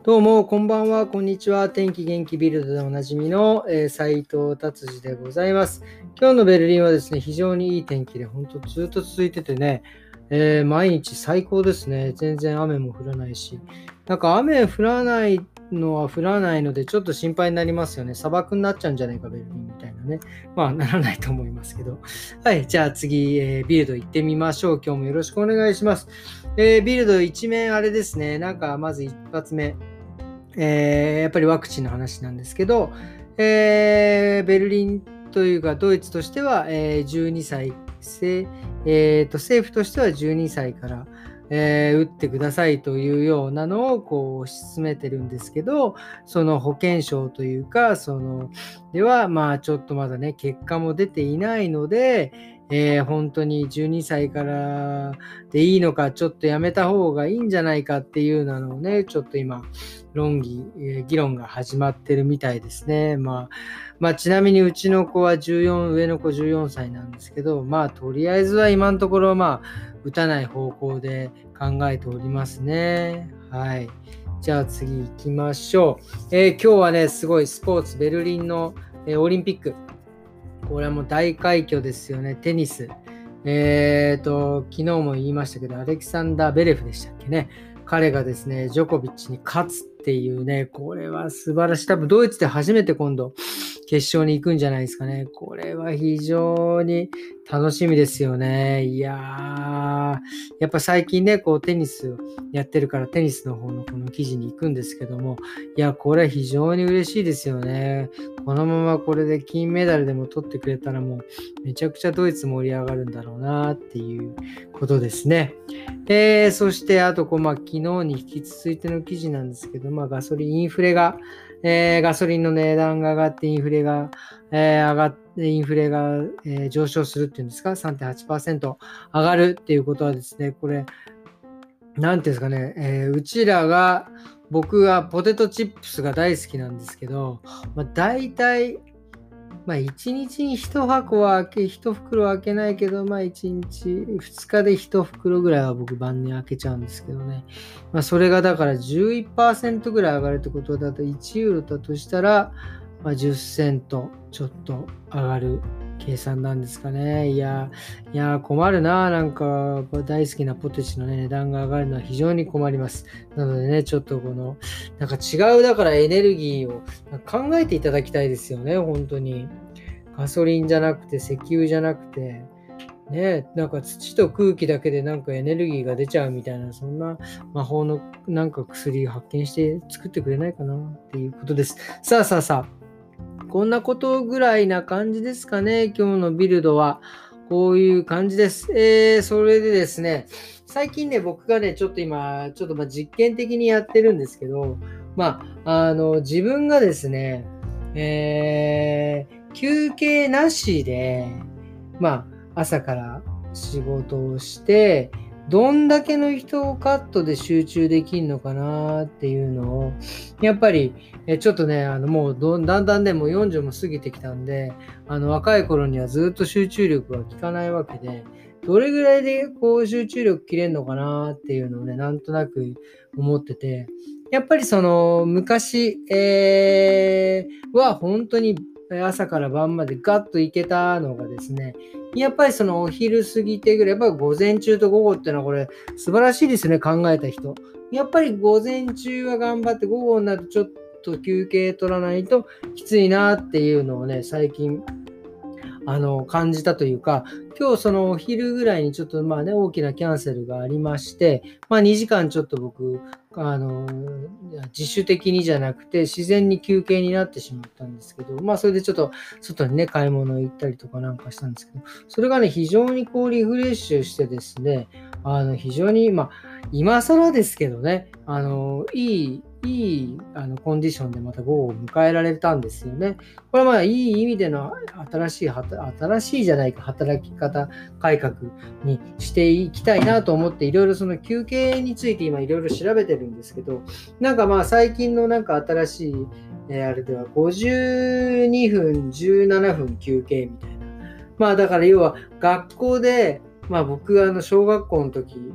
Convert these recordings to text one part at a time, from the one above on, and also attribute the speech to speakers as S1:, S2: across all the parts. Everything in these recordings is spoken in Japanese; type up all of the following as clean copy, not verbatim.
S1: どうも、こんばんは、こんにちは。天気元気ビルドでおなじみの、斉藤達治でございます。今日のベルリンはですね、非常にいい天気で、本当ずっと続いててね、毎日最高ですね。全然雨も降らないし、なんか雨降らないのは降らないので、ちょっと心配になりますよね。砂漠になっちゃうんじゃないか、ベルリンみたいなね。まあ、ならないと思いますけど。はい、じゃあ次、ビルド行ってみましょう。今日もよろしくお願いします。ビルド一面あれですね、なんかまず一発目。やっぱりワクチンの話なんですけど、ベルリンというかドイツとしては、12歳、政府としては12歳から、打ってくださいというようなのをこう推し進めてるんですけど、その保健省というか、では、まあちょっとまだね、結果も出ていないので、本当に12歳からでいいのか、ちょっとやめた方がいいんじゃないかっていうのをね、ちょっと今、議論が始まってるみたいですね。まあ、ちなみにうちの子は上の子14歳なんですけど、まあ、とりあえずは今のところ、まあ、打たない方向で考えておりますね。はい。じゃあ次行きましょう。今日はね、すごいスポーツ、ベルリンの、オリンピック。これはもう大快挙ですよね。テニス。昨日も言いましたけど、アレキサンダー・ベレフでしたっけね。彼がですね、ジョコビッチに勝つっていうね、これは素晴らしい。多分ドイツで初めて今度、決勝に行くんじゃないですかね。これは非常に楽しみですよね。いやー、やっぱ最近ね、こうテニスやってるからテニスの方のこの記事に行くんですけども、いや、これ非常に嬉しいですよね。このままこれで金メダルでも取ってくれたらもうめちゃくちゃドイツ盛り上がるんだろうなっていうことですね。そしてあと昨日に引き続いての記事なんですけど、ガソリンインフレが、ガソリンの値段が上がってインフレが、上昇するっていうんですか、3.8% 上がるっていうことはですね、これなんていうんですかね、僕はポテトチップスが大好きなんですけど、大体、1日に1箱は1袋は開けないけど、1日、2日で1袋ぐらいは僕晩に開けちゃうんですけどね。それがだから11% ぐらい上がるってことだと1ユーロだとしたら、10セントちょっと上がる計算なんですかね。いや、困るな。なんか、大好きなポテチのね、値段が上がるのは非常に困ります。なのでね、ちょっとなんか違う、だからエネルギーを考えていただきたいですよね、本当に。ガソリンじゃなくて、石油じゃなくて、ね、なんか土と空気だけでなんかエネルギーが出ちゃうみたいな、そんな魔法のなんか薬を発見して作ってくれないかなっていうことです。さあ。こんなことぐらいな感じですかね。今日のビルドは。こういう感じです。それでですね、最近ね、僕がね、ちょっと今、実験的にやってるんですけど、自分がですね、休憩なしで、朝から仕事をして、どんだけの人をカットで集中できるのかなっていうのを、やっぱり、ちょっとね、もうだんだんね、もう40も過ぎてきたんで、若い頃にはずっと集中力が効かないわけで、どれぐらいでこう集中力切れるのかなっていうのをね、なんとなく思ってて、やっぱり昔、は本当に朝から晩までガッといけたのがですね、やっぱりお昼過ぎてぐらい、やっぱり午前中と午後っていうのはこれ素晴らしいですね、考えた人。やっぱり午前中は頑張って午後になるとちょっと休憩取らないときついなっていうのをね、最近感じたというか、今日お昼ぐらいにちょっと大きなキャンセルがありまして、2時間ちょっと僕、自主的にじゃなくて自然に休憩になってしまったんですけど、それでちょっと外にね、買い物行ったりとかなんかしたんですけど、それがね、非常にこうリフレッシュしてですね、非常に、今更ですけどね、いいコンディションでまた午後を迎えられたんですよね。これはいい意味での新しいじゃないか働き方改革にしていきたいなと思って、いろいろその休憩について今いろいろ調べてるんですけど、なんか最近のなんか新しい、あれでは52分17分休憩みたいな。だから要は学校で、僕小学校の時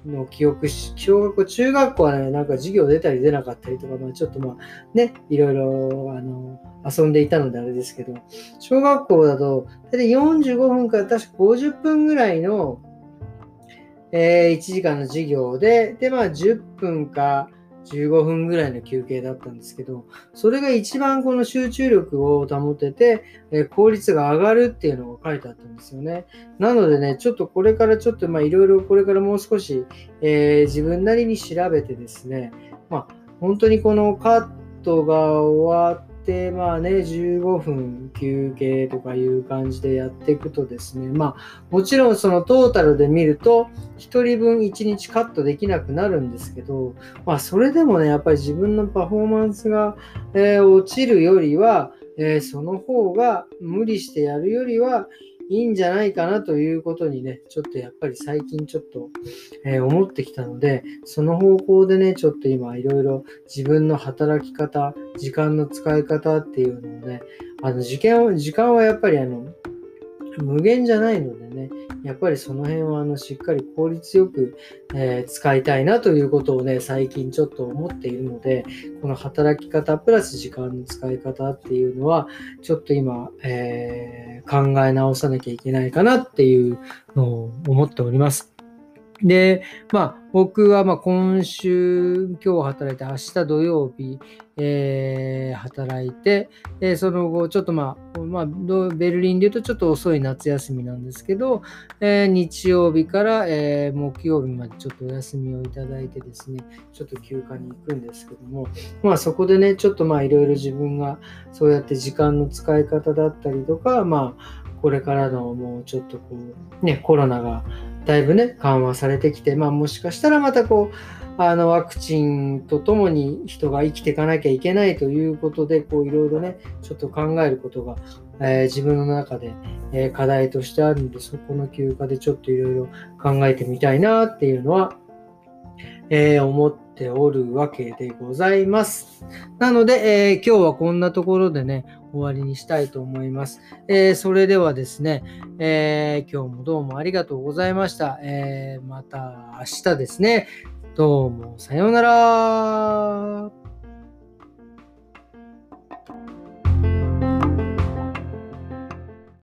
S1: の記憶し、小学校、中学校はね、なんか授業出たり出なかったりとか、ちょっといろいろ、遊んでいたのであれですけど、小学校だと、大体45分から確か50分ぐらいの、1時間の授業で、10分か15分ぐらいの休憩だったんですけど、それが一番この集中力を保てて、効率が上がるっていうのが書いてあったんですよね。なのでね、ちょっとこれからちょっといろいろこれからもう少し、自分なりに調べてですね、本当にこのカットが終わって、15分休憩とかいう感じでやっていくとですね、もちろんそのトータルで見ると、1人分1日カットできなくなるんですけど、それでもね、やっぱり自分のパフォーマンスが、落ちるよりは、その方が無理してやるよりはいいんじゃないかなということにね、ちょっとやっぱり最近ちょっと、思ってきたので、その方向でね、ちょっと今いろいろ自分の働き方、時間の使い方っていうのをね、時間はやっぱり無限じゃないのでね、やっぱりその辺はしっかり効率よく、使いたいなということをね、最近ちょっと思っているので、この働き方プラス時間の使い方っていうのは、ちょっと今、考え直さなきゃいけないかなっていうのを思っております。で、僕は今日働いて、明日土曜日、働いて、その後、ちょっとベルリンで言うとちょっと遅い夏休みなんですけど、日曜日から、木曜日までちょっとお休みをいただいてですね、ちょっと休暇に行くんですけども、そこでね、ちょっといろいろ自分がそうやって時間の使い方だったりとか、これからのもうちょっとコロナがだいぶね、緩和されてきて、もしかしたらまたワクチンとともに人が生きていかなきゃいけないということで、いろいろね、ちょっと考えることが、自分の中で、課題としてあるので、そこの休暇でちょっといろいろ考えてみたいなっていうのは、思っておるわけでございます。なので、今日はこんなところでね、終わりにしたいと思います。それではですね、今日もどうもありがとうございました。また明日ですね。どうもさようなら。